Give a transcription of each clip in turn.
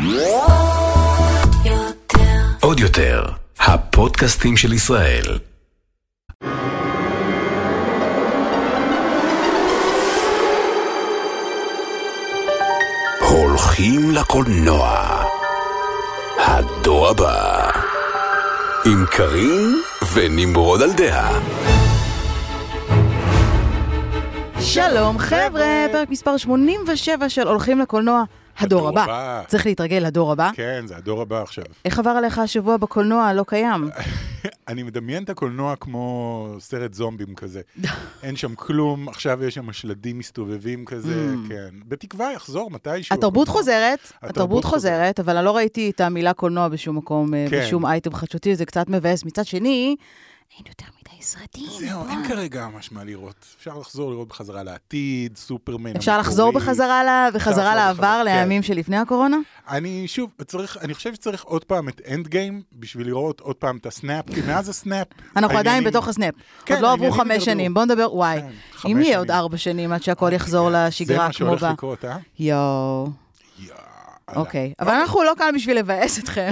עוד יותר, הפודקאסטים של ישראל. הולכים לקולנוע. הדור הבא. עם קרין ונמרוד על דעה. שלום חבר'ה, פרק מספר 87 של הולכים לקולנוע. הדור הבא. צריך להתרגל לדור הבא. כן, זה הדור הבא עכשיו. איך עבר עליך השבוע בקולנוע? לא קיים. אני מדמיין את הקולנוע כמו סרט זומבים כזה. אין שם כלום, עכשיו יש שם שלדים מסתובבים כזה, כן. בתקווה יחזור מתישהו. התרבות חוזרת, אבל אני לא ראיתי את המילה קולנוע בשום מקום, בשום אייטם חדשותי, זה קצת מבאס. מצד שני, אין יותר מדי סרטים. זהו, אין כרגע ממש מה לראות. אפשר לחזור לראות בחזרה לעתיד, סופרמן. אפשר לחזור בחזרה לעבר, לימים שלפני הקורונה? אני חושב שצריך עוד פעם את אנד גיים, בשביל לראות עוד פעם את הסנאפ, כי מאז הסנאפ... אנחנו עדיין בתוך הסנאפ. עוד לא עברו 5 שנים, בוא נדבר, וואי. אם יהיה עוד 4 שנים עד שהכל יחזור לשגרה כמו בה. זה מה שהולך לקרות, אה? יואו. אוקיי, אבל אנחנו לא כאן בשביל לבאס אתכם.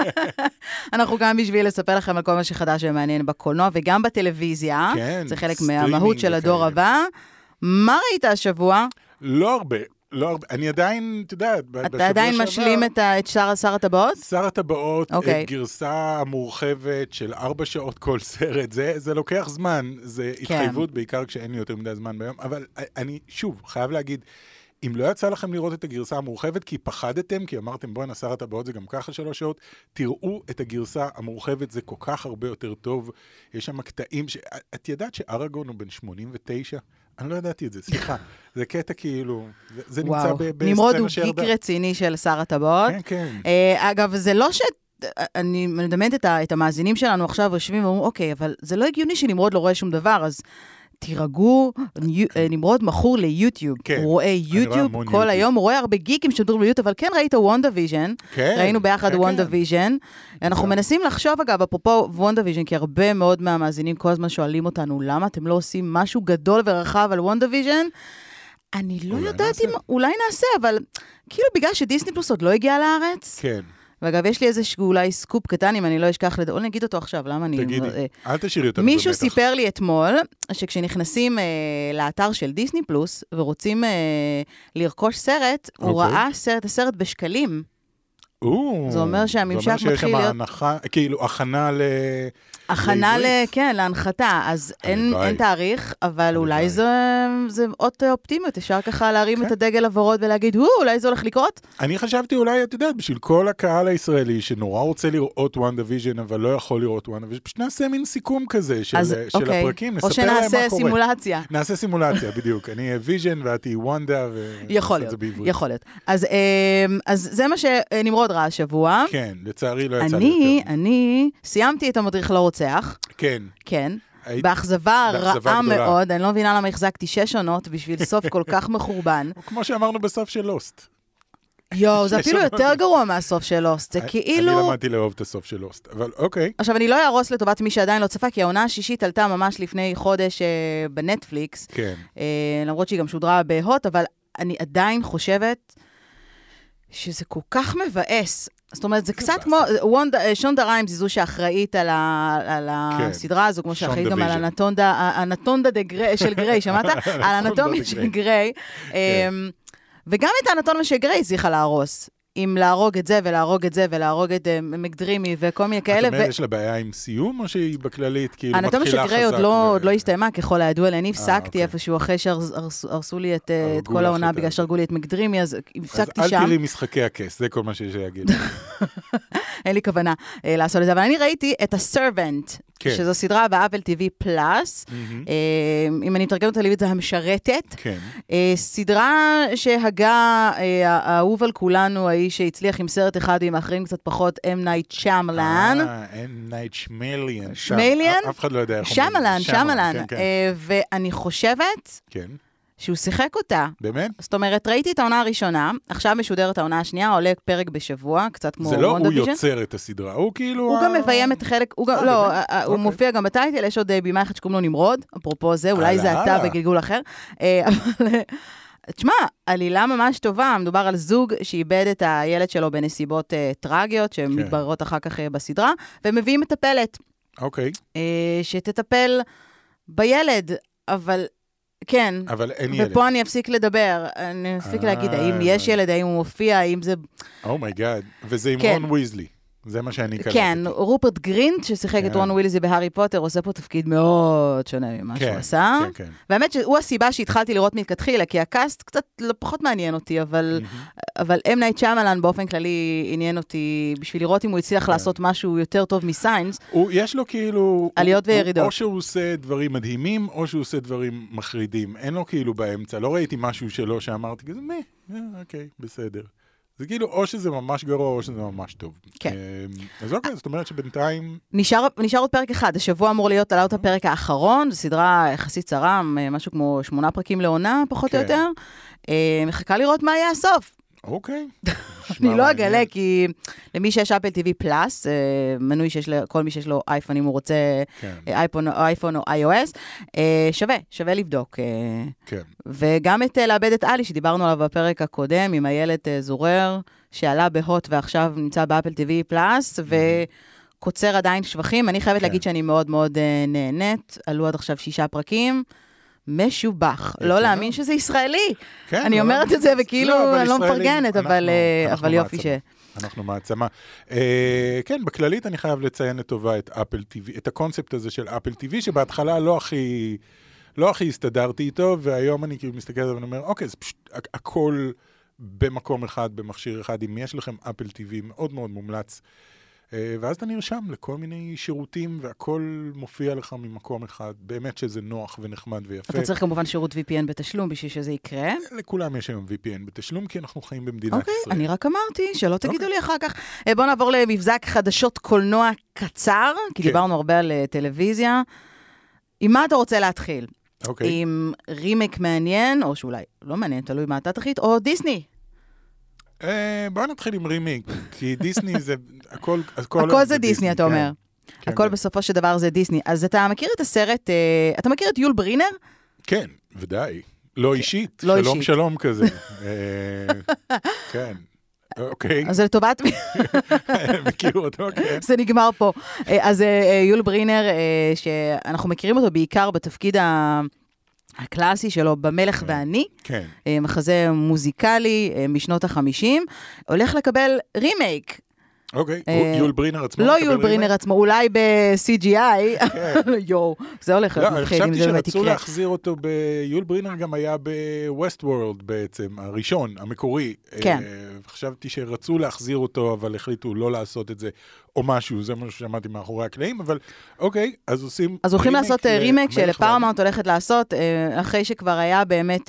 אנחנו כאן בשביל לספר לכם על כל מה שחדש ומעניין בקולנוע, וגם בטלוויזיה. זה חלק מהמהות של הדור הבא. מה ראית השבוע? לא הרבה. אני עדיין, אתה יודע, אתה עדיין משלים את שר הטבעות? שר הטבעות, גרסה המורחבת של 4 שעות כל סרט, זה לוקח זמן, זה התחייבות בעיקר כשאין לי יותר מדי זמן ביום, אבל אני שוב חייב להגיד, אם לא יצא לכם לראות את הגרסה המורחבת, כי פחדתם, כי אמרתם, בואי שר הטבעות, זה גם ככה 3 שעות, תראו את הגרסה המורחבת, זה כל כך הרבה יותר טוב, יש שם קטעים, את ידעת שארגון הוא בן 89? אני לא ידעתי את זה, סליחה. זה קטע כאילו, זה נמצא בסצנה שירדה. נמרוד הוא גיק רציני של שר הטבעות. כן, כן. אגב, זה לא אני מדמיינת את המאזינים שלנו עכשיו יושבים ואומרים, אוקיי, אבל זה לא הגיוני שנמרוד לא רואה שום דבר, אז תירגעו, נמרוד מכור ליוטיוב. הוא רואה יוטיוב כל היום, הוא רואה הרבה גיקים שמדברים ביוטיוב, אבל כן ראית וונדוויז'ן, ראינו ביחד וונדוויז'ן. אנחנו מנסים לחשוב, אגב, אפרופו וונדוויז'ן, כי הרבה מאוד מהמאזינים כל הזמן שואלים אותנו, למה אתם לא עושים משהו גדול ורחב על וונדוויז'ן? אני לא יודעת אם, אולי נעשה, אבל כאילו בגלל שדיסני פלוס עוד לא הגיע לארץ. כן. ואגב, יש לי איזשהו אולי סקופ קטן, אם אני לא אשכח או נגיד אותו עכשיו, למה אני... תגידי, אל תשאירי אותנו במתח. מישהו סיפר לי אתמול, שכשנכנסים לאתר של דיסני פלוס, ורוצים לרכוש סרט, הוא ראה הסרט בשקלים. זה אומר שהממשק מתחיל להיות... זה אומר שיש שם הנחה, כאילו, הכנה כן, להנחתה, אז אין תאריך, אבל אולי זה עוד אופטימיות, אפשר ככה להרים את הדגל הוורוד ולהגיד, אולי זה הולך לקרות? אני חשבתי אולי, את יודעת, בשביל כל הקהל הישראלי שנורא רוצה לראות WandaVision, אבל לא יכול לראות WandaVision, פשוט נעשה מין סיכום כזה של הפרקים, נספר להם מה קורה. או שנעשה סימולציה. נעשה סימולציה, בדיוק. אני אהיה ויז'ן ואת היא וונדה, יכול להיות. אז זה מה שנמרוד ראה השבוע. כן, לצערי לא יצא לי יותר. אני סיימתי את המדריך לא רוצח. כן. כן. באכזבה רעה מאוד, אני לא מבינה למה החזקתי 6 עונות בשביל סוף כל כך מחורבן. כמו שאמרנו בסוף של לוסט. יואו, זה אפילו יותר גרוע מהסוף של לוסט. זה כאילו... אני למדתי לאהוב את הסוף של לוסט, אבל אוקיי. עכשיו, אני לא אערוס לטובת מי שעדיין לא צפה, כי העונה השישית עלתה ממש לפני חודש בנטפליקס. כן. למרות שהיא גם שודרה בהוט, אבל אני עדיין חושבת שזה כל כך מבאס. זאת אומרת, זה קצת כמו, שונדה ריימס זו שאחראית על הסדרה הזו, כמו שאחראית גם על האנטונדה של גריי, שמעת? על האנטומיה של גריי. וגם את האנטומיה של גריי צריכה להרוס. עם להרוג את זה ולהרוג את זה ולהרוג את מקדרימי וכל מיני כאלה. את אומרת, יש לה בעיה עם סיום או שהיא בכללית כאילו מתחילה חזק? האנטומיה של גריי עוד לא הסתיימה ככל הידוע לי. אני הפסקתי איפשהו אחרי שהרסו לי את כל העונה בגלל שהרגו לי את מקדרימי, אז הפסקתי שם. אז אל תראי משחקי הכס, זה כל מה שיש להגיד. אין לי כוונה לעשות את זה, אבל אני ראיתי את ה-Servant, שזו סדרה באפל TV פלאס, אם אני מתרגמת על זה המשרתת, סדרה שהגה האהוב על כולנו, האיש שהצליח עם סרט אחד ועם האחרים קצת פחות, M. Night Shyamalan. M. Night Shyamalan. שמיליאן? אף אחד לא יודע איך אומרים. Shyamalan. ואני חושבת... כן. שהוא שיחק אותה. באמת? זאת אומרת, ראיתי את העונה הראשונה, עכשיו משודרת העונה השנייה, עולה פרק בשבוע, קצת כמו וונדוויז'ן. זה לא הוא WandaVision. יוצר את הסדרה, הוא כאילו... הוא גם מביים את חלק, לא, הוא מופיע גם בטייטל, יש עוד בימה אחד שקוראים לו נמרוד, אפרופו זה, אולי זה אתה בגלגול אחר, אבל תשמע, עלילה ממש טובה, מדובר על זוג שאיבד את הילד שלו בנסיבות טרגיות, שמתבררות אחר כך בסדרה, ומביאים מטפלת. אוקיי. שתטפל בילד, אבל כן. אבל אין ילד. ופה אני אפסיק לדבר, אני אפסיק להגיד, האם יש ילד, האם הוא מופיע, האם זה... אומייגאד, וזה עם רון ויזלי. זה מה שאני קלטתי. כן, רופרט גרינט, ששיחק את רון וויזלי בהארי פוטר, עושה פה תפקיד מאוד שונה ממה שהוא עשה. והאמת שהוא הסיבה שהתחלתי לראות מלכתחילה, כי הקאסט קצת פחות מעניין אותי, אבל M. Night Shyamalan באופן כללי עניין אותי, בשביל לראות אם הוא הצליח לעשות משהו יותר טוב מסיינס. יש לו כאילו... עליות וירידות. או שהוא עושה דברים מדהימים, או שהוא עושה דברים מחרידים. אין לו כאילו באמצע. לא ראיתי משהו שלו שאמרתי, כזה, אוקיי, בסדר. זה כאילו, או שזה ממש גרוע, או שזה ממש טוב. כן. אז אוקיי, זאת אומרת שבינתיים... נשאר עוד פרק אחד. השבוע אמור להיות עלה את הפרק האחרון, זו סדרה יחסית צרה, משהו כמו 8 פרקים לעונה, פחות או יותר. מחכה לראות מה יהיה הסוף. אוקיי. אני לא אגלה, כי למי שיש אפל TV פלאס, מנוי שיש לכל מי שיש לו אייפון, אם הוא רוצה אייפון או iOS, שווה לבדוק. וגם את לאבד את אלי, שדיברנו עליו בפרק הקודם, עם הילד זורר, שעלה בהוט ועכשיו נמצא באפל TV פלאס, וקוצר עדיין שבחים. אני חייבת להגיד שאני מאוד מאוד נהנית. עלו עד עכשיו 6 פרקים. משובח. לא להאמין שזה ישראלי. אני אומרת את זה וכאילו אני לא מפרגנת, אבל יופי ש... אנחנו מעצמה. כן, בכללית אני חייב לציין לטובה את אפל TV, את הקונספט הזה של אפל TV, שבהתחלה לא הכי הסתדרתי איתו, והיום אני כאילו מסתכל על זה ואני אומר, אוקיי, זה פשוט הכל במקום אחד, במכשיר אחד. אם יש לכם אפל TV מאוד מאוד מומלץ, ואז אתה נרשם לכל מיני שירותים, והכל מופיע לך ממקום אחד. באמת שזה נוח ונחמד ויפה. אתה צריך כמובן שירות VPN בתשלום בשביל שזה יקרה. לכולם יש היום VPN בתשלום, כי אנחנו חיים במדינת ישראל. אוקיי, אני רק אמרתי, שלא תגידו לי אחר כך. בואו נעבור למבזק חדשות קולנוע קצר, כי דיברנו הרבה על טלוויזיה. עם מה אתה רוצה להתחיל? עם רימייק מעניין, או שאולי לא מעניין, תלוי מה אתה תחליט, או דיסני. בואו נתחיל עם רימיק, כי דיסני זה הכל זה דיסני, אתה אומר. הכל בסופו של דבר זה דיסני. אז אתה מכיר את הסרט, אתה מכיר את יול ברינר? כן, ודאי. לא אישית, שלום כזה. כן. אוקיי. אז זה לטובת... מכיר אותו, כן. זה נגמר פה. אז יול ברינר, שאנחנו מכירים אותו בעיקר בתפקיד הקלאסי שלו, במלך ואני, מחזה מוזיקלי משנות ה-50, הולך לקבל רימייק. אוקיי, יול ברינר עצמו? לא יול ברינר עצמו, אולי ב-CGI, יו, זה הולך להיות מפחיד אם זה באמת יקרה. חשבתי שרצו להחזיר אותו יול ברינר גם היה ב-West World בעצם, הראשון, המקורי. כן. חשבתי שרצו להחזיר אותו, אבל החליטו לא לעשות את זה, או משהו, זה מה ששמעתי מאחורי הקלעים, אבל אוקיי, אז עושים רימייק. אז הולכים לעשות רימייק שלפארמאונט הולכת לעשות, אחרי שכבר היה באמת...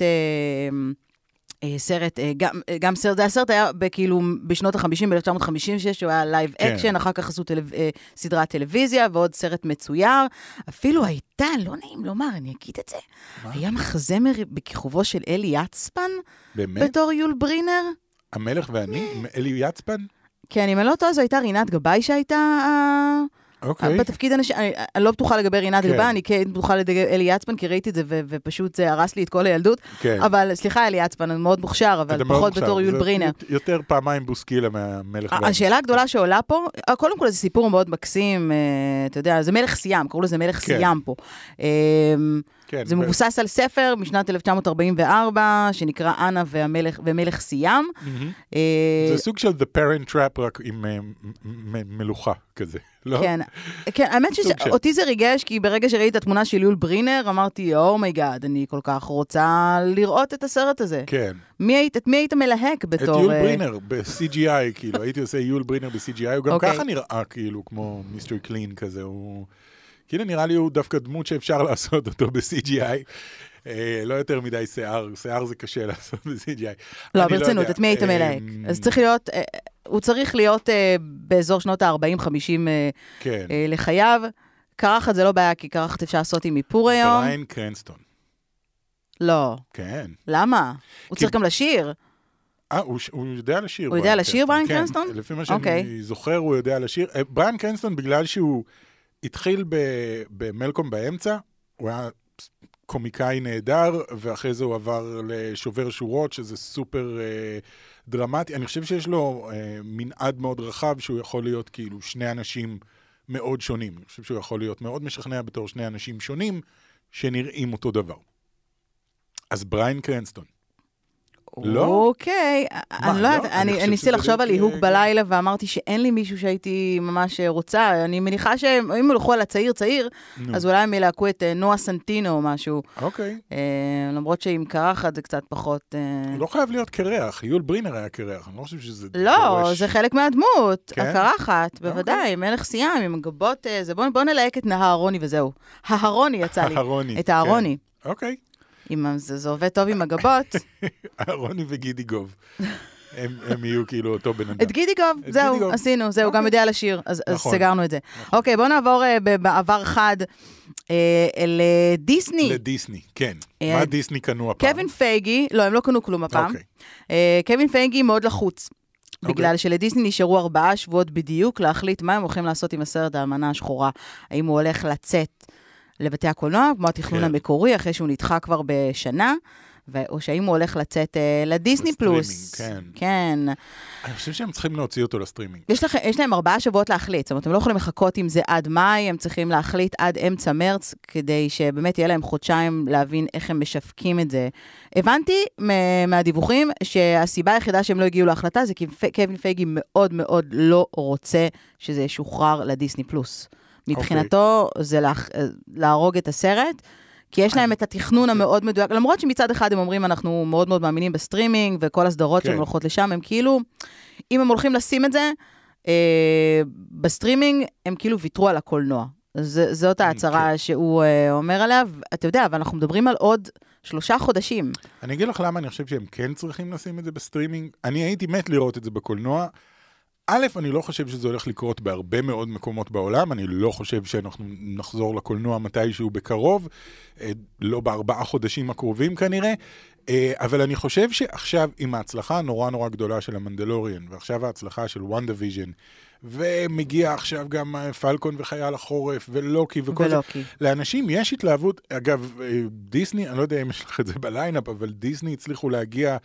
סרט, גם סרט, הסרט היה כאילו בשנות ה-50, ב-1956, שהוא היה לייב אקשן, אחר כך עשו סדרת טלוויזיה, ועוד סרט מצויר. אפילו הייתה, לא נעים לומר, אני אגיד את זה, היה מחזמר בכיכובו של אלי יצפן, בתור יול ברינר. המלך ואני, אלי יצפן? כן, אם אני לא טועה, זו הייתה רינת גבאי שהייתה... בתפקיד אנשים, אני לא בטוחה לגבי רינת גבאי, אני כן בטוחה לגבי אלי יצפן, כי ראיתי את זה ופשוט זה הרס לי את כל הילדות, אבל סליחה אלי יצפן, אני מאוד מוכשר, אבל פחות בתור יול ברינר. יותר פעמיים בוסקילה מהמלך ואני. השאלה הגדולה שעולה פה, קודם כל זה סיפור מאוד מקסים, אתה יודע, זה מלך סיאם, קראו לזה מלך סיאם פה. זה מבוסס על ספר משנת 1944, שנקרא אנה ומלך סיאם. זה סוג של The Parent Trap, רק עם מלוכה כזה. כן, האמת שאותי זה ריגש, כי ברגע שראיתי את התמונה של יול ברינר, אמרתי, אומייגאד, אני כל כך רוצה לראות את הסרט הזה. כן. את מי היית מלהק בתור... את יול ברינר ב-CGI, כאילו, הייתי עושה יול ברינר ב-CGI, הוא גם ככה נראה, כאילו, כמו מיסטר קלין כזה, הוא... כאילו נראה לי הוא דווקא דמות שאפשר לעשות אותו ב-CGI, לא יותר מדי שיער זה קשה לעשות ב-CGI. לא, ברצינות, את מי היית מלהק? אז צריך להיות, הוא צריך להיות באזור שנות ה-40-50 לחייו. קרחת זה לא בעיה, כי קרחת אפשר לעשות עם איפור היום. בריין קרנסטון. לא. כן. למה? הוא צריך גם לשיר. הוא יודע לשיר. הוא יודע לשיר, בריין קרנסטון? כן, לפי מה שאני זוכר, הוא יודע לשיר. בריין קרנסטון, בגלל שהוא התחיל במלקום באמצע, הוא היה קומיקאי נהדר, ואחרי זה הוא עבר לשובר שורות, שזה סופר דרמטי. אני חושב שיש לו מנעד מאוד רחב, שהוא יכול להיות כאילו שני אנשים מאוד שונים. אני חושב שהוא יכול להיות מאוד משכנע בתור שני אנשים שונים, שנראים אותו דבר. אז בריין קרנסטון. לא? אוקיי, אני לא יודעת, אני ניסי לחשוב על ליהוק בלילה, ואמרתי שאין לי מישהו שהייתי ממש רוצה. אני מניחה שאם הולכו על הצעיר, אז אולי הם ילהקו את נועה סנטינו או משהו. אוקיי. למרות שעם קרחת זה קצת פחות... לא חייב להיות קרח, יול ברינר היה קרח, אני לא חושב שזה... לא, זה חלק מהדמות, הקרחת, בוודאי, מלך סיאם, עם גבות, בוא נלהק את נהרוני וזהו. ההרוני יצא לי. את ההרוני. אוקיי. זה עובד טוב עם הגבות. רוני וגידי גוב. הם יהיו כאילו אותו בן אדם. את גידי גוב, זהו, עשינו, זהו, גם יודע לשיר, אז סגרנו את זה. אוקיי, בואו נעבור בעבר חד לדיסני. לדיסני, כן. מה דיסני קנו הפעם? קווין פייגי, לא, הם לא קנו כלום הפעם. קווין פייגי מאוד לחוץ. בגלל שלדיסני נשארו 4 שבועות בדיוק להחליט מה הם הולכים לעשות עם הסרט האמנה השחורה. האם הוא הולך לצאת לבתי הקולנוע, כמו התכנון המקורי, אחרי שהוא נדחה כבר בשנה, או שהאם הוא הולך לצאת לדיסני פלוס. כן. אני חושב שהם צריכים להוציא אותו לסטרימינג. יש להם 4 שבועות להחליט, זאת אומרת, הם לא יכולים לחכות עם זה עד מאי, הם צריכים להחליט עד אמצע מרץ, כדי שבאמת יהיה להם חודשיים להבין איך הם משווקים את זה. הבנתי מהדיווחים שהסיבה היחידה שהם לא הגיעו להחלטה, זה כי קווין פייגי מאוד מאוד לא רוצה שזה ישוחרר לדיסני פלוס. מבחינתו זה להרוג את הסרט, כי יש להם את התכנון המאוד מדויק, למרות שמצד אחד הם אומרים, אנחנו מאוד מאוד מאמינים בסטרימינג, וכל הסדרות שהן הולכות לשם, הם כאילו, אם הם הולכים לשים את זה, בסטרימינג, הם כאילו ויתרו על הקולנוע. זאת ההצהרה שהוא אומר עליה, אתה יודע, אבל אנחנו מדברים על עוד 3 חודשים. אני אגיד לך למה אני חושב שהם כן צריכים לשים את זה בסטרימינג. אני הייתי מת לראות את זה בקולנוע, א', אני לא חושב שזה הולך לקרות בהרבה מאוד מקומות בעולם, אני לא חושב שאנחנו נחזור לקולנוע מתישהו בקרוב, לא ב4 חודשים הקרובים כנראה, אבל אני חושב שעכשיו עם ההצלחה הנורא נורא גדולה של המנדלוריאן, ועכשיו ההצלחה של WandaVision, ומגיע עכשיו גם פלקון וחייל החורף, ולוקי וכל זה. לאנשים יש התלהבות, אגב, דיסני, אני לא יודע אם יש לך את זה בליינאפ, אבל דיסני הצליחו להגיע,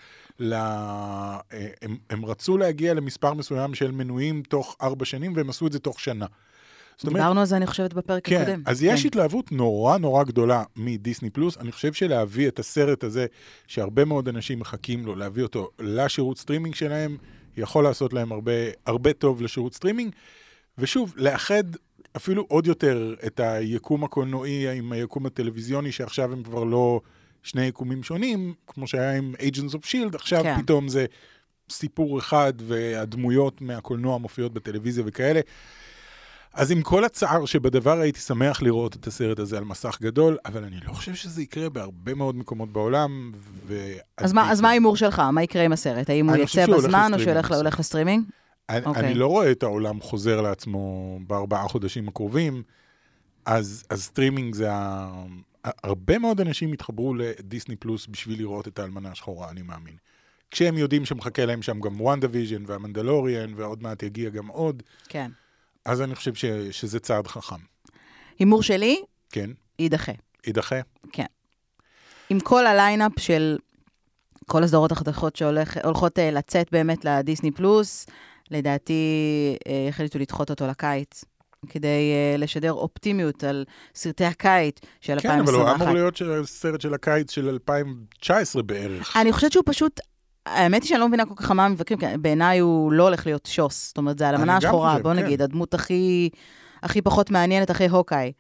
הם רצו להגיע למספר מסוים של מנויים תוך 4 שנים, והם עשו את זה תוך שנה. דיברנו על זה, אני חושבת, בפרק הקודם. אז יש התלהבות נורא נורא גדולה מדיסני פלוס. אני חושב שלהביא את הסרט הזה, שהרבה מאוד אנשים מחכים לו, להביא אותו לשירות סטרימינג שלהם, יכול לעשות להם הרבה טוב לשירות סטרימינג. ושוב, לאחד אפילו עוד יותר את היקום הקולנועי עם היקום הטלוויזיוני, שעכשיו הם כבר לא 2 יקומים שונים, כמו שהיה עם Agents of Shield, עכשיו פתאום זה סיפור אחד, והדמויות מהקולנוע מופיעות בטלוויזיה וכאלה. אז עם כל הצער שבדבר הייתי שמח לראות את הסרט הזה על מסך גדול, אבל אני לא חושב שזה יקרה בהרבה מאוד מקומות בעולם. אז מה האימור שלך? מה יקרה עם הסרט? האם הוא יצא בזמן או שהולך לסטרימינג? אני לא רואה את העולם חוזר לעצמו ב4 חודשים הקרובים, אז סטרימינג זה... הרבה מאוד אנשים התחברו לדיסני פלוס בשביל לראות את האלמנה השחורה, אני מאמין. כשהם יודעים שמחכה להם שם גם WandaVision והמנדלוריאן, ועוד מעט יגיע גם עוד. כן. אז אני חושב שזה צעד חכם. הימור שלי? כן. יידחה. יידחה? כן. עם כל הליינאפ של כל הסדרות החדשות שהולכות לצאת באמת לדיסני פלוס, לדעתי החליטו לדחות אותו לקיץ, כדי לשדר אופטימיות על סרטי הקיץ של 2021. כן, אבל הוא אמור להיות סרט של הקיץ של 2019 בערך. אני חושבת שהוא פשוט... האמת היא שאני לא מבינה כל כך מה מבקרים, כי בעיניי הוא לא הולך להיות שוס. זאת אומרת, זה על המנה השחורה, בוא נגיד, הדמות הכי פחות מעניינת אחרי הוקאי.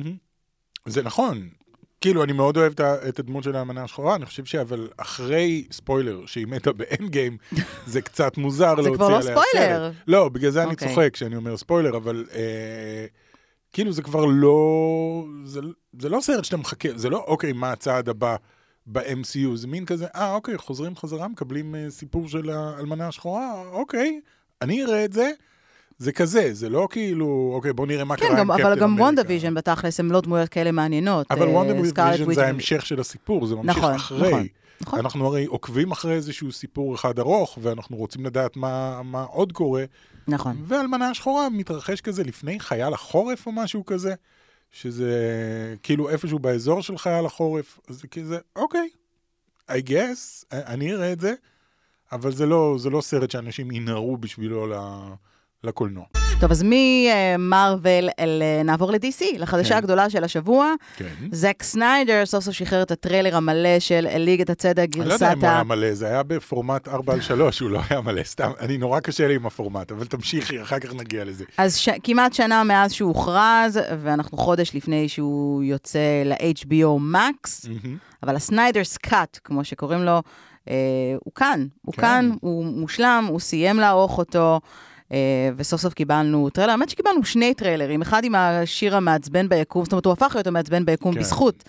זה נכון. כאילו, אני מאוד אוהב את הדמות של המנה השחורה, אני חושב אבל אחרי ספוילר, שהיא מתה באנד גיים, זה קצת מוזר להוציא עליה סרט. זה כבר לא ספוילר. לא, בגלל זה אני צוחק כשאני אומר ספוילר, אבל כאילו זה כבר לא... זה לא סרט שאתה מחכה, זה לא, אוקיי, מה הצעד הבא ב-MCU, זה מין כזה, אוקיי, חוזרים חזרה, מקבלים סיפור של האלמנה השחורה, אוקיי, אני אראה את זה, זה כזה, זה לא כאילו, אוקיי, בוא נראה מה קרה עם קפטן אמריקה. אבל גם וונדוויז'ן בתכלס, הם לא דמויות כאלה מעניינות. אבל וונדוויז'ן זה ההמשך של הסיפור, זה ממשיך אחרי. אנחנו הרי עוקבים אחרי איזשהו סיפור אחד ארוך, ואנחנו רוצים לדעת מה עוד קורה. נכון. והאלמנה השחורה מתרחש כזה לפני חייל החורף או משהו כזה. שזה כאילו איפשהו באזור שלך על החורף, אז זה כזה, אוקיי, I guess, אני אראה את זה, אבל זה לא סרט שאנשים ינערו בשבילו לקולנוע. טוב, אז ממרוול נעבור ל-DC, לחדשה הגדולה של השבוע. זק סניידר סוף סוף שחרר את הטריילר המלא של ליגת הצדק גרסת... אני לא יודע אם הוא היה מלא, זה היה בפורמט 4:3, הוא לא היה מלא, סתם, אני נורא קשה לי עם הפורמט, אבל תמשיכי, אחר כך נגיע לזה. אז כמעט שנה מאז שהוא הוכרז, ואנחנו חודש לפני שהוא יוצא ל-HBO Max, אבל הסניידרס קאט, כמו שקוראים לו, הוא כאן, הוא מושלם, הוא סיים לערוך אותו, וסוף סוף קיבלנו טריילר, האמת שקיבלנו 2 טריילרים, אחד עם השיר המעצבן ביקום, זאת אומרת, הוא הפך להיות המעצבן ביקום בזכות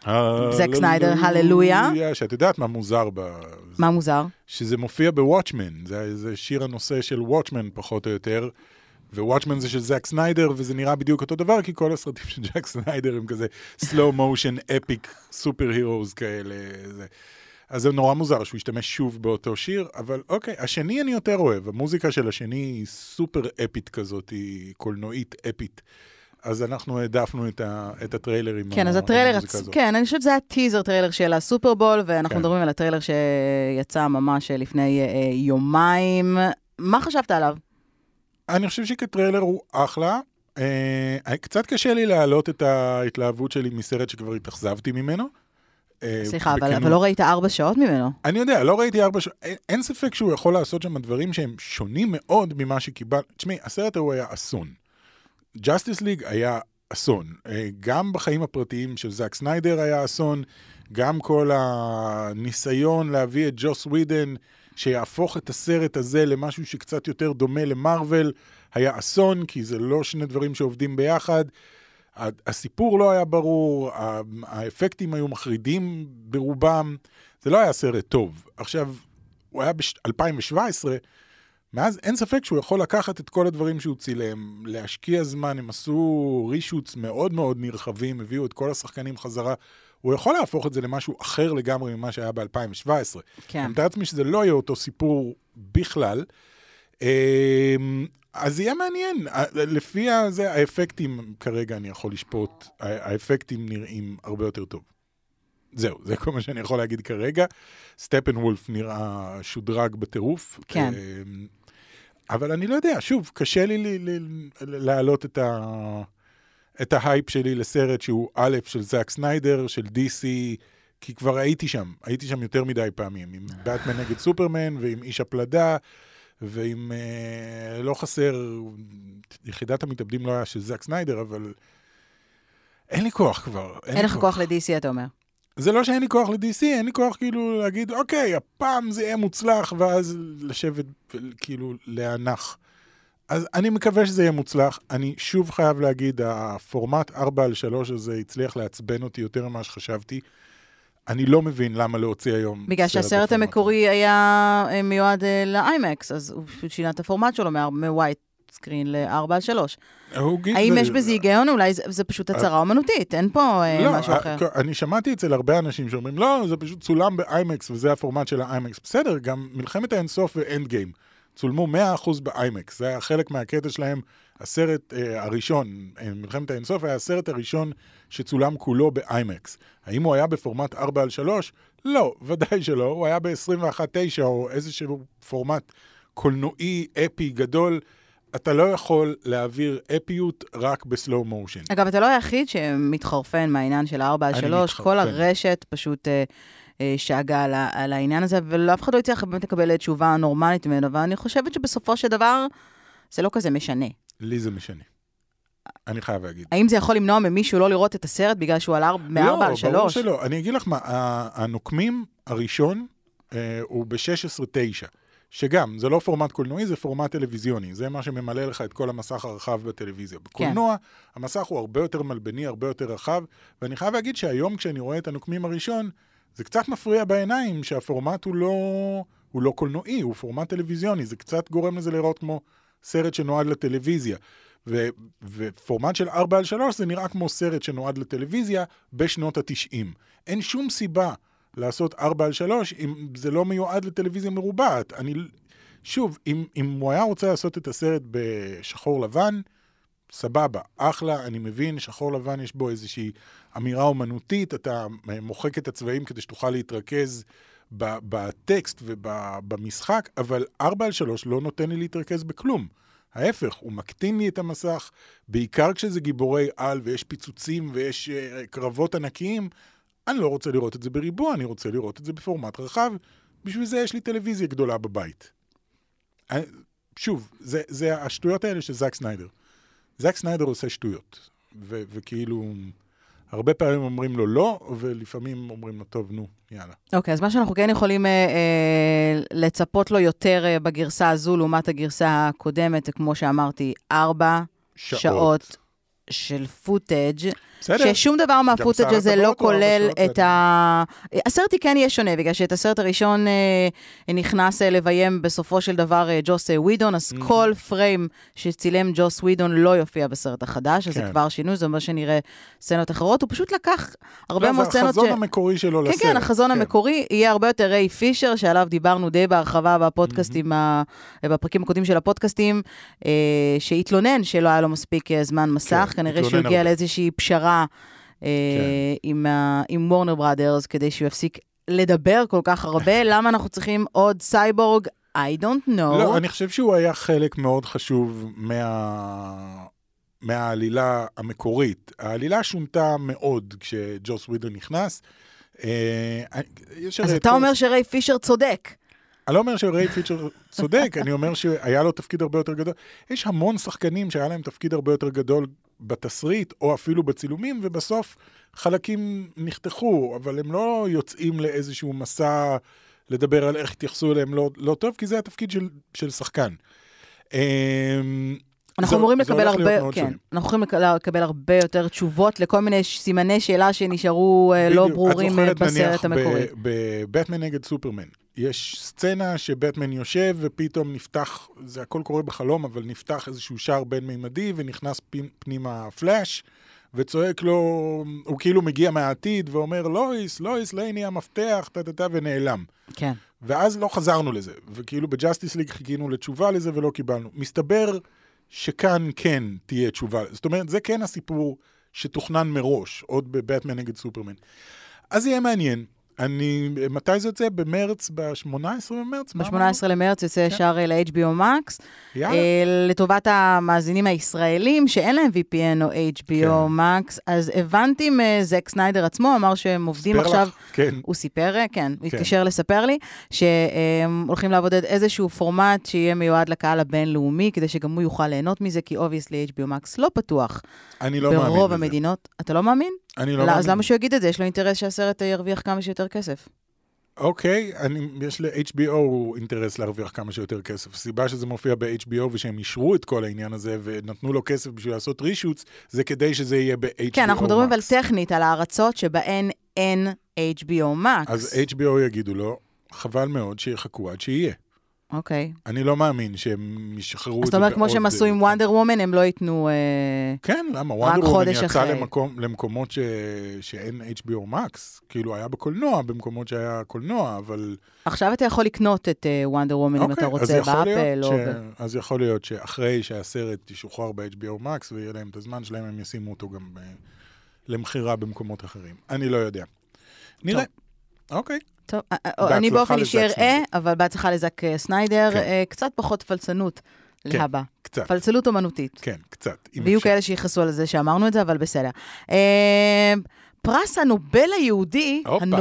זק סניידר, הללויה. שאת יודעת מה מוזר מה מוזר? שזה מופיע בוואטשמן, זה שיר הנושא של וואטשמן פחות או יותר, ווואטשמן זה של זק סניידר, וזה נראה בדיוק אותו דבר, כי כל הסרטים של זק סניידר הם כזה slow motion, epic, super heroes כאלה, אז זה נורא מוזר שהוא ישתמש שוב באותו שיר, אבל אוקיי, השני אני יותר אוהב, המוזיקה של השני היא סופר אפית כזאת, היא קולנועית אפית, אז אנחנו העדפנו את הטריילר עם כן, אז הטריילר, כן, אני חושבת שזה היה טיזר טריילר של הסופרבול, ואנחנו מדברים על הטריילר שיצא ממש לפני יומיים. מה חשבת עליו? אני חושב שכטריילר הוא אחלה, קצת קשה לי להעלות את ההתלהבות שלי מסרט שכבר התאכזבתי ממנו, סליחה, אבל לא ראית 4 שעות ממנו. אני יודע, לא ראיתי 4 שעות. אין ספק שהוא יכול לעשות שם דברים שהם שונים מאוד ממה שקיבל. תשמעי, הסרט הוא היה אסון. Justice League היה אסון. גם בחיים הפרטיים של זק סניידר היה אסון, גם כל הניסיון להביא את ג'וס ווידן, שיהפוך את הסרט הזה למשהו שקצת יותר דומה למרוול, היה אסון, כי זה לא שני דברים שעובדים ביחד. הסיפור לא היה ברור, האפקטים היו מחרידים ברובם, זה לא היה סרט טוב. עכשיו, הוא היה ב-2017, מאז אין ספק שהוא יכול לקחת את כל הדברים שהוא צילם, להשקיע זמן, הם עשו רישוץ מאוד מאוד נרחבים, הביאו את כל השחקנים חזרה, הוא יכול להפוך את זה למשהו אחר לגמרי ממה שהיה ב-2017. כן. אני מתאר לעצמי שזה לא יהיה אותו סיפור בכלל, אז יהיה מעניין, לפי זה, האפקטים, כרגע אני יכול לשפוט, האפקטים נראים הרבה יותר טוב. זהו, זה כל מה שאני יכול להגיד כרגע. סטפן וולף נראה שודרג בטירוף. כן. אבל אני לא יודע, שוב, קשה לי להעלות את ההייפ שלי לסרט שהוא א' של זק סניידר, של DC, כי כבר הייתי שם יותר מדי פעמים, עם באטמן נגד סופרמן, ועם איש הפלדה, ועם לא חסר, יחידת המתאבדים לא היה של זק סניידר, אבל אין לי כוח כבר. אין לך כוח ל-DC, אתה אומר. זה לא שאין לי כוח ל-DC, אין לי כוח כאילו להגיד, אוקיי, הפעם זה יהיה מוצלח, ואז לשבת כאילו להנח. אז אני מקווה שזה יהיה מוצלח. אני שוב חייב להגיד, הפורמט 4:3 הזה הצליח לעצבן אותי יותר ממה שחשבתי. אני לא מבין למה להוציא היום. בגלל שהסרט המקורי היה מיועד ל-IMAX, אז הוא שינה את הפורמט שלו מווייט סקרין ל-4:3. האם יש בזה היגיון? אולי זה פשוט הצהרה אומנותית, אין פה משהו אחר. אני שמעתי אצל הרבה אנשים שאומרים, לא, זה פשוט צולם ב-IMAX, וזה הפורמט של ה-IMAX. בסדר, גם מלחמת האינסוף ואנד גיים. צולמו 100% ב-IMAX. זה היה חלק מהקטע שלהם, הסרט הראשון, מלחמת האינסוף היה הסרט הראשון שצולם כולו ב-IMAX. האם הוא היה בפורמט 4:3? לא, ודאי שלא. הוא היה ב-21:9 או איזשהו פורמט קולנועי, אפי, גדול. אתה לא יכול להעביר אפיות רק בסלואו מושן. אגב, אתה לא היחיד שמתחרפן מהעניין של 4:3. כל הרשת פשוט שאגה על העניין הזה, ולאף אחד לא יצליח באמת לקבל תשובה נורמלית ממנו, ואני חושבת שבסופו של דבר זה לא כזה משנה. לי זה משנה. אני חייב להגיד. האם זה יכול למנוע ממישהו לא לראות את הסרט בגלל שהוא עלה מ-4:3? לא, ברור שלא. אני אגיד לך מה, הנוקמים הראשון הוא ב-16:9, שגם, זה לא פורמט קולנועי, זה פורמט טלוויזיוני. זה מה שממלא לך את כל המסך הרחב בטלוויזיה. בקולנוע, המסך הוא הרבה יותר מלבני, הרבה יותר רחב, ואני חייב להגיד שהיום כשאני רואה את הנוקמים הראשון, זה קצת מפריע בעיניים שהפורמט הוא לא קולנועי, הוא פורמט טלוויזיוני. זה קצת גורם לזה לראות כמו סרט שנועד לטלוויזיה. ופורמט של 4:3 זה נראה כמו סרט שנועד לטלוויזיה בשנות ה-90. אין שום סיבה לעשות 4:3 אם זה לא מיועד לטלוויזיה מרובעת. שוב, אם הוא היה רוצה לעשות את הסרט בשחור לבן, סבבה, אחלה, אני מבין, שחור לבן יש בו איזושהי אמירה אומנותית, אתה מוחק את הצבעים כדי שתוכל להתרכז בטקסט ובמשחק, אבל 4:3 לא נותן לי להתרכז בכלום. ההפך, הוא מקטין לי את המסך, בעיקר כשזה גיבורי על ויש פיצוצים ויש קרבות ענקיים, אני לא רוצה לראות את זה בריבוע, אני רוצה לראות את זה בפורמט רחב, בשביל זה יש לי טלוויזיה גדולה בבית. שוב, זה השטויות האלה של זאק סניידר. זאק סניידר עושה שטויות, וכאילו, הרבה פעמים אומרים לו לא, ולפעמים אומרים לו, טוב, נו, יאללה. אוקיי, אז מה שאנחנו כן יכולים לצפות לו יותר בגרסה הזו, לעומת הגרסה הקודמת, כמו שאמרתי, 4 שעות של פוטאג' ששום דבר מהפוטאג' הזה לא כולל את הסרט כן יהיה שונה, בגלל שאת הסרט הראשון נכנס לביים בסופו של דבר ג'וס ווידון, אז כל פריים שצילם ג'וס ווידון לא יופיע בסרט החדש, אז זה כבר שינוי, זה אומר שנראה סצנות אחרות, הוא פשוט לקח הרבה מאוד סצנות זה החזון המקורי שלו לסרט. כן, החזון המקורי יהיה הרבה יותר ריי פישר, שעליו דיברנו די בהרחבה בפודקאסטים, בפרקים הקודמים של הפודקאסטים, שהתלונן שלא היה לו מספיק זמן מסך, כנראה שהוא הגיע לאיזושהי פשרה עם וורנר בראדרס, כדי שהוא יפסיק לדבר כל כך הרבה. למה אנחנו צריכים עוד סייבורג? I don't know. לא, אני חושב שהוא היה חלק מאוד חשוב מהעלילה המקורית. העלילה שונתה מאוד כשג'וס ווידון נכנס. אז אתה אומר שריי פישר צודק. אני לא אומר שריי פישר צודק, אני אומר שהיה לו תפקיד הרבה יותר גדול. יש המון שחקנים שהיה להם תפקיד הרבה יותר גדול בתסריט, או אפילו בצילומים, ובסוף חלקים נחתכו, אבל הם לא יוצאים לאיזשהו מסע לדבר על איך התייחסו אליהם לא טוב, כי זה התפקיד של שחקן. אנחנו אמורים לקבל הרבה יותר תשובות לכל מיני סימני שאלה שנשארו לא ברורים בסרט המקורי. בבטמן נגד סופרמן, יש סצנה שבטמן יושב ופתאום נפתח, זה הכל קורה בחלום, אבל נפתח איזשהו שער בין מימדי ונכנס פנימה פלאש, וצועק לו, הוא כאילו מגיע מהעתיד ואומר, לואיס, לעיני המפתח, ונעלם. כן. ואז לא חזרנו לזה, וכאילו בג'סטיס ליג חיכינו לתשובה לזה ולא קיבלנו. מסתבר שכאן כן תהיה תשובה. זאת אומרת, זה כן הסיפור שתוכנן מראש, עוד בבטמן נגד סופרמן. אז יהיה מעניין. מתי זה יוצא? במרץ, ב-18 במרץ? ב-18 למרץ יוצא ישר ל-HBO Max. לטובת המאזינים הישראלים, שאין להם VPN או HBO Max, אז הבנתי מזק סניידר עצמו, אמר שהם עובדים עכשיו, הוא סיפר, כן, הוא התקשר לספר לי, שהם הולכים לעבוד איזשהו פורמט שיהיה מיועד לקהל הבינלאומי, כדי שגם הוא יוכל ליהנות מזה, כי obviously HBO Max לא פתוח. אני לא מאמין ברוב המדינות. אתה לא מאמין? אני לא מאמין. אז למה שהוא יגיד את זה? יש לו אינטרס שהסרט ירוויח כמה שיותר כסף. אוקיי, יש ל-HBO אינטרס להרוויח כמה שיותר כסף. הסיבה שזה מופיע ב-HBO ושהם אישרו את כל העניין הזה ונתנו לו כסף בשביל לעשות רישוץ, זה כדי שזה יהיה ב-HBO Max. כן, אנחנו מדברים אבל טכנית על הארצות שבהן אין HBO Max. אז HBO יגידו לו, חבל מאוד שיחכו עד שיהיה. אוקיי. אני לא מאמין שהם ישחררו את זה. אז אתה אומר, כמו שהם עשו עם וונדר וומן, הם לא ייתנו כן, למה? וונדר וומן יצא למקומות שאין HBO Max. כאילו, היה בקולנוע, במקומות שהיה קולנוע, אבל... עכשיו אתה יכול לקנות את וונדר וומן, אם אתה רוצה, באפל או... אז יכול להיות שאחרי שהסרט ישוחרר ב-HBO Max, ויהיה להם את הזמן שלהם, הם ישימו אותו גם למחירה במקומות אחרים. אני לא יודע. נראה. אוקיי. טוב, אני באופן אישי אראה, אבל בהצלחה לזק סניידר, קצת פחות פלצנות להבא. קצת. פלצנות אומנותית. כן, קצת. ויהיו כאלה שיחסו על זה שאמרנו את זה, אבל בסדר. פרס הנובל היהודי,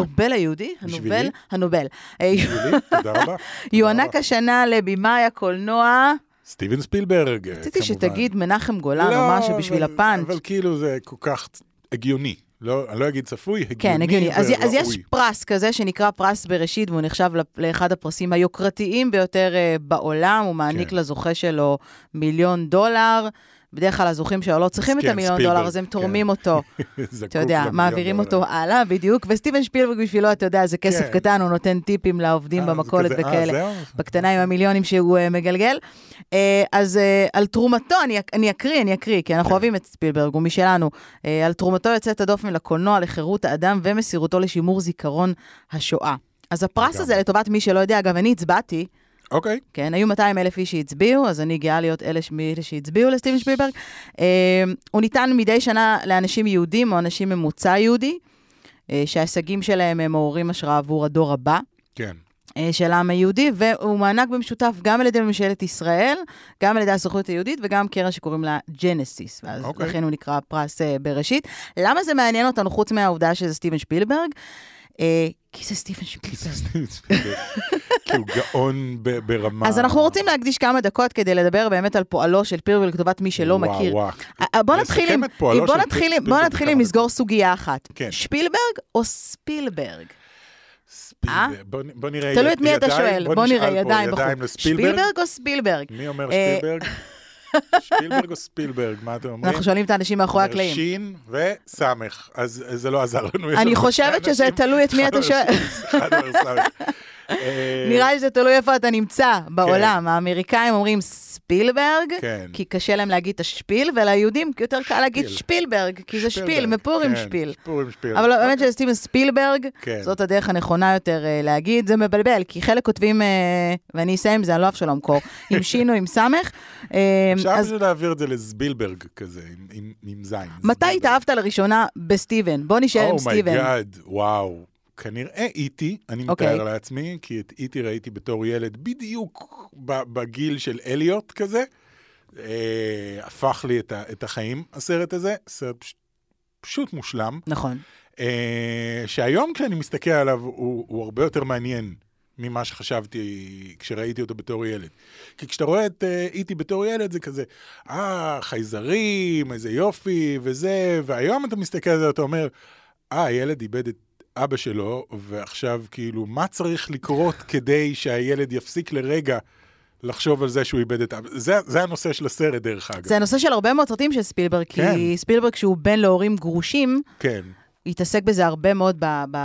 הנובל. בשבילי, תודה רבה. יוענק השנה לבימאי הקולנוע... סטיבן ספילברג, כמובן. רציתי שתגיד מנחם גולן או משהו בשביל הפאנץ'. אבל כאילו זה כל כך הגיוני. אני לא אגיד צפוי, הגיוני כן, הגיוני. אז יש פרס כזה שנקרא פרס בראשית, והוא נחשב לאחד הפרסים היוקרתיים ביותר בעולם, הוא מעניק לזוכה שלו $1,000,000, בדרך כלל הזוכים שלו לא צריכים את $1,000,000, אז הם תורמים אותו. אתה יודע, מעבירים אותו הלאה, בדיוק, וסטיבן ספילברג בשבילו, אתה יודע, זה כסף קטן, הוא נותן טיפים לעובדים במכולת וכאלה, בקטנה עם $1,000,000 שהוא מגלגל. אז על תרומתו, אני אקריא, כי אנחנו אוהבים את ספילברג, הוא משלנו, על תרומתו יוצאת הדופן לקולנוע, לחירות האדם ומסירותו לשימור זיכרון השואה. אז הפרס הזה לטובת מי שלא יודע, אגב, אני הצבעתי, אוקיי. כן, היו 200,000 איש שהצביעו, אז אני גאה להיות אלה שהצביעו לסטיבן שפילברג. הוא ניתן מדי שנה לאנשים יהודים או אנשים ממוצא יהודי, שההישגים שלהם הם מעוררים השראה עבור הדור הבא. כן. של העם היהודי, והוא מענק במשותף גם על ידי ממשלת ישראל, גם על ידי הסוכנות היהודית, וגם קרן שקוראים לה ג'נסיס, ואז לכן הוא נקרא פרס בראשית. למה זה מעניין אותנו חוץ מהעובדה שזה סטיבן שפילברג? כי זה סטיבן שפילברג. כי הוא גאון ברמה... אז אנחנו רוצים להקדיש כמה דקות כדי לדבר באמת על פועלו של שפילברג לטובת מי שלא מכיר. בוא נתחיל עם לסגור סוגיה אחת. שפילברג או ספילברג? בוא נראה, תלוי את מי אתה שואל, בוא נראה ידיים בחוץ. שפילברג או ספילברג? מי אומר שפילברג? שפילברג או ספילברג, מה אתם אומרים? אנחנו שואלים את האנשים מאחורי הקלעים. שין וסמך, אז זה לא עזר לנו. אני חושבת שזה תלוי את מי אתה שואל. נראה לי שזה תלוי איפה אתה נמצא בעולם. האמריקאים אומרים ספילברג, כי קשה להם להגיד את השפיל, וליהודים יותר קל להגיד שפילברג, כי זה שפיל, מפורים שפיל. אבל באמת שזה סטיבן ספילברג, זאת הדרך הנכונה יותר להגיד, זה מבלבל, כי חלק כותבים, ואני אסיים זה, אני לא אף שלום קור, עם שין או עם סמך. אפשר פשוט להעביר את זה לסבילברג כזה, עם זין. מתי התאהבת לראשונה בסטיבן? בוא נשאר עם סטיבן. אומייגאד, וואו. כנראה איטי, אני מתאר לעצמי, כי את איטי ראיתי בתור ילד בדיוק בגיל של אליוט כזה, הפך לי את החיים, הסרט הזה, סרט פשוט מושלם. נכון. שהיום כשאני מסתכל עליו, הוא הרבה יותר מעניין ממה שחשבתי כשראיתי אותו בתור ילד. כי כשאתה רואה את איטי בתור ילד, זה כזה, חייזרים, איזה יופי וזה, והיום אתה מסתכל על זה, אתה אומר, הילד איבד את אבא שלו, ועכשיו כאילו, מה צריך לקרות כדי שהילד יפסיק לרגע לחשוב על זה שהוא איבד את אבא? זה הנושא של הסרט, דרך אגב. זה הנושא של הרבה מאוד סרטים של ספילברג, כי ספילברג, שהוא בן להורים גרושים, התעסק בזה הרבה מאוד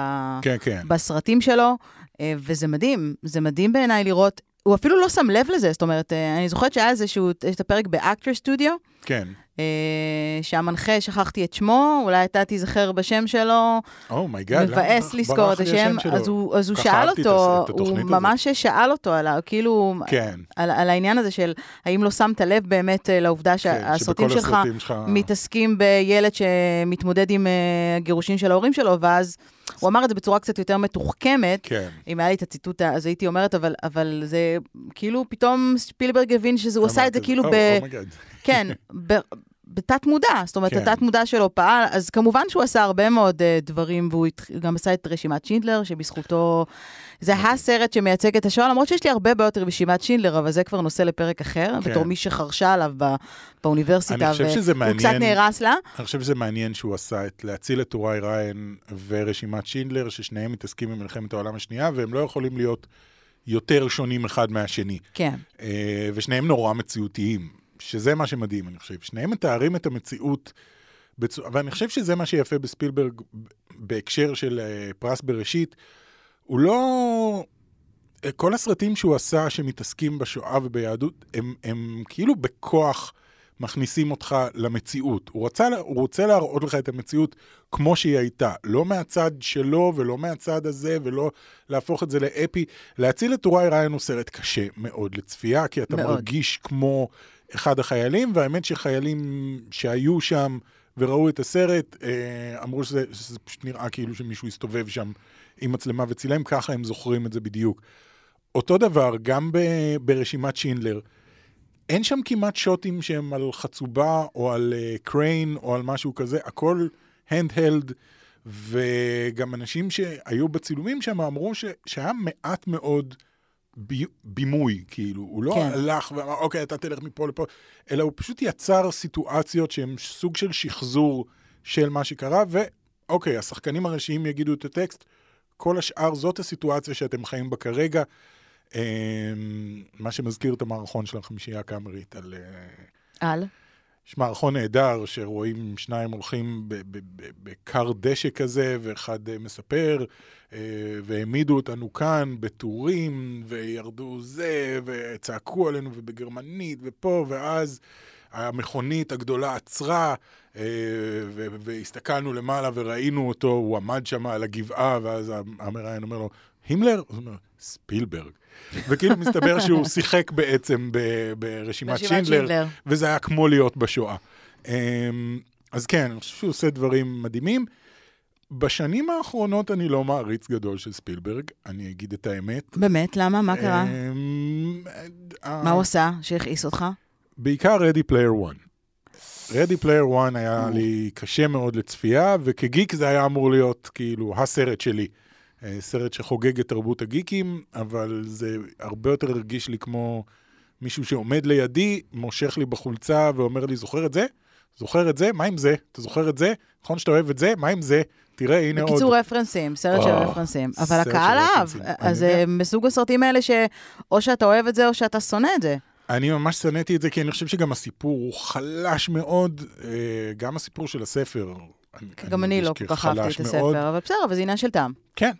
בסרטים שלו, וזה מדהים. זה מדהים בעיניי לראות, הוא אפילו לא שם לב לזה, זאת אומרת, אני זוכרת שהיה איזשהו, יש את הפרק באקטור סטודיו, כן. שהמנחה, שכחתי את שמו, אולי אתה תיזכר בשם שלו, מבאס לזכור את השם, אז הוא שאל אותו, הוא ממש שאל אותו על העניין הזה של, האם לא שמת לב באמת לעובדה שהסרטים שלך מתעסקים בילד שמתמודד עם הגירושים של ההורים שלו, ואז הוא אמר את זה בצורה קצת יותר מתוחכמת, אם היה לי את הציטוט, אז הייתי אומרת, אבל זה כאילו פתאום ספילברג הבין שהוא עשה את זה כאילו כן, בתת מודע, זאת אומרת, התת מודע שלו פעל, אז כמובן שהוא עשה הרבה מאוד דברים, והוא גם עשה את רשימת שינדלר, שבזכותו, זה הסרט שמייצג את השואה, למרות שיש לי הרבה בעיות רשימת שינדלר, אבל זה כבר נושא לפרק אחר, בתור מי שחרשה עליו באוניברסיטה, והוא קצת נהרס לה. אני חושב שזה מעניין שהוא עשה את להציל את טוראי ריין ורשימת שינדלר, ששניהם מתעסקים במלחמת העולם השנייה, והם לא יכולים להיות יותר שונים אחד מהשני. כן. ושניהם נורא מציאותיים. שזה מה שמדהים, אני חושב. שניהם מתארים את המציאות, ואני חושב שזה מה שיפה בספילברג, בהקשר של פרס בראשית, הוא לא... כל הסרטים שהוא עשה שמתעסקים בשואה וביהדות, הם כאילו בכוח מכניסים אותך למציאות. הוא רוצה להראות לך את המציאות כמו שהיא הייתה. לא מהצד שלו ולא מהצד הזה, ולא להפוך את זה לאפי. להציל את טוראי ריין הוא סרט קשה מאוד לצפייה, כי אתה מרגיש כמו אחד החיילים, והאמת שחיילים שהיו שם וראו את הסרט, אמרו שזה פשוט נראה כאילו שמישהו הסתובב שם עם מצלמה וצילם, ככה הם זוכרים את זה בדיוק. אותו דבר, גם ברשימת שינדלר, אין שם כמעט שוטים שהם על חצובה או על קריין או על משהו כזה, הכל hand-held, וגם אנשים שהיו בצילומים שם אמרו שהיה מעט מאוד בימוי, כאילו, הוא לא הלך ואמר, אוקיי, אתה תלך מפה לפה, אלא הוא פשוט יצר סיטואציות שהן סוג של שחזור של מה שקרה, ואוקיי, השחקנים הראשיים יגידו את הטקסט, כל השאר זאת הסיטואציה שאתם חיים בה כרגע, מה שמזכיר את המערכון של החמישייה הקאמרית על? יש מערכון נהדר שרואים שניים הולכים בקר דשא כזה, ואחד מספר, והעמידו אותנו כאן בטורים, וירדו זה, וצעקו עלינו ובגרמנית, ופה, ואז המכונית הגדולה עצרה, והסתכלנו למעלה וראינו אותו, הוא עמד שם על הגבעה, ואז המראיין אומר לו, הימלר? הוא אומר, ספילברג. וכאילו מסתבר שהוא שיחק בעצם ברשימת שינדלר, וזה היה כמו להיות בשואה. אז כן, אני חושב שהוא עושה דברים מדהימים. בשנים האחרונות אני לא מעריץ גדול של ספילברג, אני אגיד את האמת. באמת? למה? מה קרה? מה הוא עשה שהכעיס אותך? בעיקר Ready Player One. Ready Player One היה לי קשה מאוד לצפייה, וכגיק זה היה אמור להיות כאילו הסרט שלי. סרט שחוגג את תרבות הגיקים, אבל זה הרבה יותר הרגיש לי כמו מישהו שעומד לידי, מושך לי בחולצה ואומר לי, זוכר את זה? זוכר את זה? מה עם זה? אתה זוכר את זה? נכון שאתה אוהב את זה? מה עם זה? תראה, הנה עוד. בקיצור רפרנסים, סרט של רפרנסים. אבל הקהל אהב. אז זה מסוג הסרטים האלה שאו שאתה אוהב את זה או שאתה שונא את זה. אני ממש שנאתי את זה, כי אני חושב שגם הסיפור הוא חלש מאוד, גם הסיפור של הספר. גם אני לא כל כך אהבתי את הספר, אבל בסדר, אבל זה עניין של טעם. כן.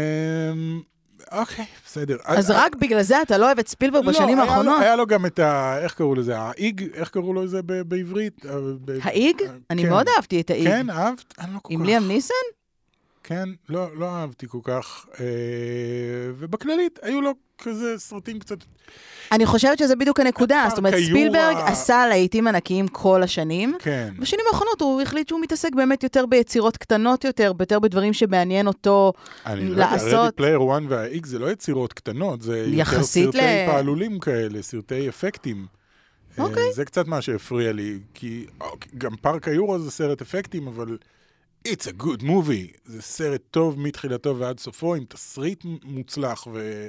אוקיי, בסדר. אז רק בגלל זה אתה לא אוהב את ספילברג בשנים האחרונות? היה לו גם את איך קראו לזה? האיג? איך קראו לו זה בעברית? האיג? אני מאוד אהבתי את האיג. כן, אהבת? אני לא כל כך. עם ליאם ניסן? כן, לא אהבתי כל כך. ובכללית, היו לו כזה סרטים קצת... אני חושבת שזה בדיוק הנקודה. זאת אומרת, ספילברג עשה להיטים ענקיים כל השנים. כן. בשנים האחרונות הוא החליט שהוא מתעסק באמת יותר ביצירות קטנות יותר, יותר בדברים שמעניין אותו לעשות. אני לא יודע, רדי פלייר 1 וה-X זה לא יצירות קטנות, זה יותר סרטי פעלולים כאלה, סרטי אפקטים. אוקיי. זה קצת מה שהפריע לי, כי גם פארק היורו זה סרט אפקטים, אבל it's a good movie. זה סרט טוב מתחילתו ועד סופו, עם תסריט מוצלח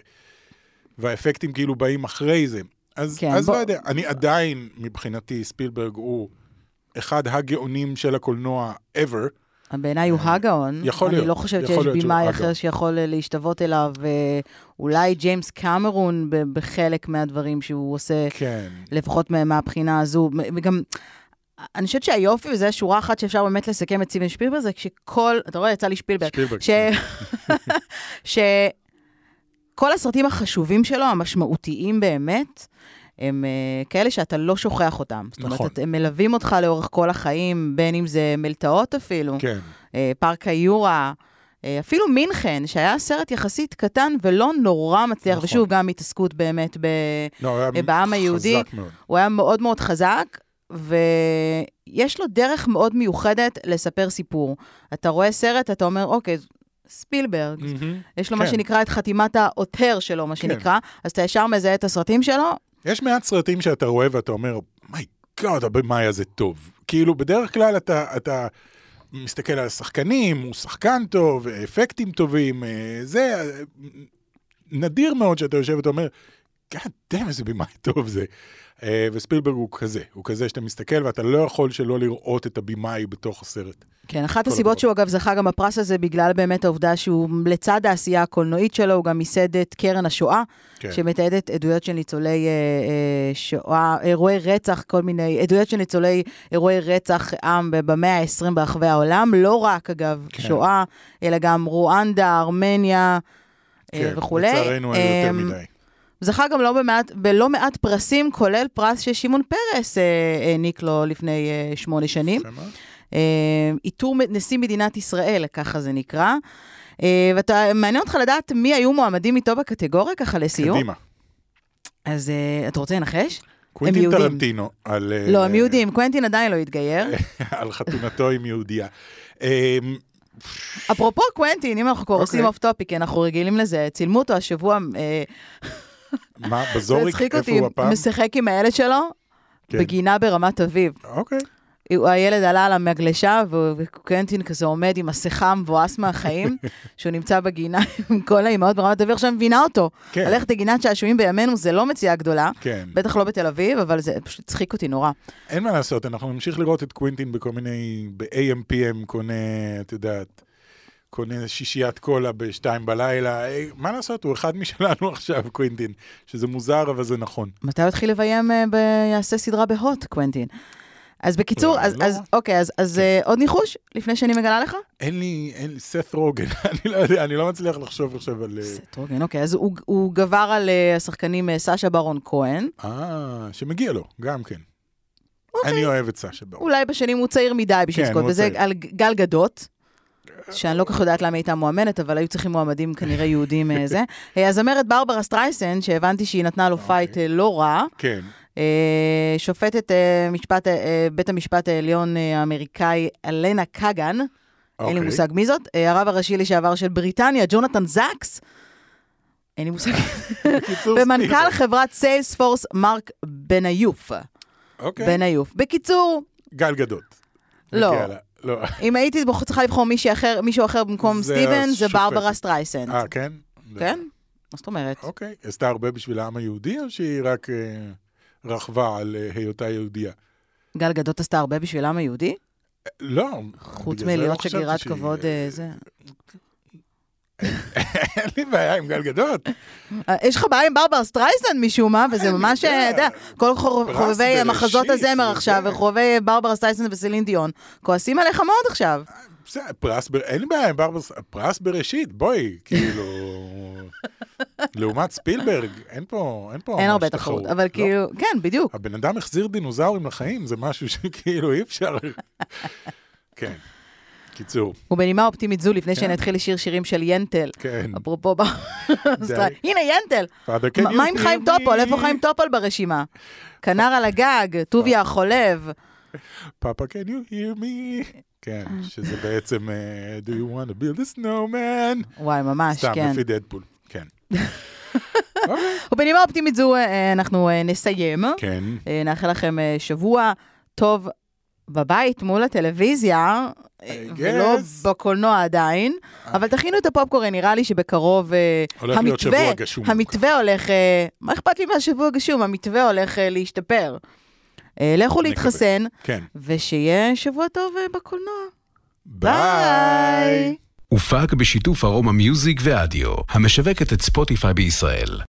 והאפקטים כאילו באים אחרי זה. אז לא יודע, אני עדיין מבחינתי ספילברג הוא אחד הגאונים של הקולנוע ever. בעיניי הוא הגאון. אני לא חושבת שיש בימאי אחר שיכול להשתוות אליו, ואולי ג'יימס קמרון בחלק מהדברים שהוא עושה, לפחות מהבחינה הזו. וגם, אני חושבת שהיופי, וזה שורה אחת שאפשר באמת לסכם את סטיבן ספילברג, זה כשכל, אתה רואה, יצא לי ספילברג, כל הסרטים החשובים שלו, המשמעותיים באמת, הם כאלה שאתה לא שוכח אותם. זאת אומרת, הם מלווים אותך לאורך כל החיים, בין אם זה מלטעות אפילו, פארק היורה, אפילו מינכן, שהיה סרט יחסית קטן ולא נורא מצליח, ושוב גם התעסקות באמת בעם היהודי. הוא היה מאוד מאוד חזק, ויש לו דרך מאוד מיוחדת לספר סיפור. אתה רואה סרט, אתה אומר, אוקיי, ספילברג, יש לו מה שנקרא את חתימת העותר שלו, מה שנקרא, אז אתה ישר מזהה את הסרטים שלו. יש מעט סרטים שאתה רואה ואתה אומר, מי גאד, הבמאי הזה טוב. כאילו, בדרך כלל אתה מסתכל על השחקנים, הוא שחקן טוב, אפקטים טובים, זה נדיר מאוד שאתה יושב ואתה אומר, גאד, דם, איזה במאי טוב זה. וספילברג הוא כזה שאתה מסתכל ואתה לא יכול שלא לראות את הבימאי בתוך הסרט. כן, אחת הסיבות שהוא אגב זכה גם בפרס הזה בגלל באמת העובדה שהוא לצד העשייה הקולנועית שלו, הוא גם ייסד את קרן השואה, שמתעדת עדויות של ניצולי שואה, אירועי רצח, כל מיני עדויות של ניצולי אירועי רצח עם במאה ה-20 ברחבי העולם, לא רק אגב שואה, אלא גם רואנדה, ארמניה וכו'. לצערנו היה יותר מדי. זכה גם בלא מעט פרסים, כולל פרס ששימון פרס העניק לו לפני 8 שנים. איתור נשיא מדינת ישראל, ככה זה נקרא. ואתה מעניין אותך לדעת מי היו מועמדים איתו בקטגוריה, ככה לסיום? קדימה. אז אתה רוצה לנחש? קוונטין טרנטינו. לא, הם יהודים. קוונטין עדיין לא התגייר. על חתונתו עם יהודיה. אפרופו קוונטין, אם אנחנו עושים אוף טופיק, אנחנו רגילים לזה, צילמו אותו השבוע... מה, בזוריק? איפה הוא הפעם? משחק עם הילד שלו, בגינה ברמת אביב. אוקיי. הילד עלה על המגלשה, וקוונטין כזה עומד עם מסכה מבואס מהחיים, שהוא נמצא בגינה עם כל האימהות ברמת אביב, עכשיו מבינה אותו. הלכת לגינת שעשועים בימינו, זה לא מציאה גדולה, בטח לא בתל אביב, אבל זה פשוט צחיק אותי נורא. אין מה לעשות, אנחנו נמשיך לראות את קוונטין בכל מיני, ב-AMPM קונה, את יודעת, קונה שישיית קולה ב-2 בלילה, מה לעשות? הוא אחד משלנו עכשיו, קוונטין, שזה מוזר, אבל זה נכון. מתי הוא התחיל לביים יעשה סדרה בהוט, קוונטין? אז בקיצור, אוקיי, אז עוד ניחוש, לפני שאני מגלה לך? אין לי, סת רוגן, אני לא יודע, אני לא מצליח לחשוב עכשיו על... סת רוגן, אוקיי, אז הוא גבר על השחקנים סשה ברון כהן. שמגיע לו, גם כן. אני אוהב את סשה ברון. אולי בשנים הוא צעיר מדי בשביל לזכות, וזה על גל גדות. שאני לא כך יודעת למה הייתה מועמדת, אבל היו צריכים מועמדים כנראה יהודים זה. הזמרת ברברה סטרייסנד, שהבנתי שהיא נתנה לו פייט לא רע. כן. שופטת בית המשפט העליון האמריקאי, אלנה קאגן, אין לי מושג מי זאת, הרב הראשי לשעבר של בריטניה, ג'ונתן זקס, אין לי מושג, ומנכ"ל חברת סיילספורס, מרק בניוף. בניוף. בקיצור... גל גדות. לא. אם הייתי צריכה לבחור מישהו אחר במקום סטיבן, זה ברברה סטרייסנד. כן? כן? מה זאת אומרת? אוקיי. עשתה הרבה בשביל העם היהודי, או שהיא רק רחבה על היותה יהודיה? גל גדות עשתה הרבה בשביל העם היהודי? לא. חוץ מלהיות שגירת כבוד זה. אין לי בעיה עם גל גדות. יש לך בעיה עם ברברה סטרייסנד משום מה, וזה ממש, אתה יודע, כל חובבי מחזות הזמר עכשיו, וחובבי ברברה סטרייסנד וסלין דיון, כועסים עליך מאוד עכשיו. אין לי בעיה עם פרס בראשית, בואי, כאילו, לעומת ספילברג, אין פה אין הרבה תחרות, אבל כאילו, כן, בדיוק. הבן אדם החזיר דינוזאורים לחיים, זה משהו שכאילו אי אפשר. כן. קיצור. ובנימה אופטימית זו, לפני שנתחיל לשיר שירים של ינטל. כן. אפרופו הנה ינטל. מה עם חיים טופול? איפה חיים טופול ברשימה? כנר על הגג, טוביה החולב. פאפה, can you hear me? כן, שזה בעצם do you want to build a snowman? וואי, ממש, כן. סתם, לפי דדפול. כן. ובנימה אופטימית זו, אנחנו נסיים. כן. נאחל לכם שבוע טוב בבית מול הטלוויזיה, ולא בקולנוע עדיין, אבל תכינו את הפופקורן, נראה לי שבקרוב המתווה הולך, מה אכפת לי מהשבוע גשום? המתווה הולך להשתפר. לכו להתחסן, ושיהיה שבוע טוב בקולנוע. ביי! הופק בשיתוף ארומה מיוזיק ואדיו, המשווקת את ספוטיפיי בישראל.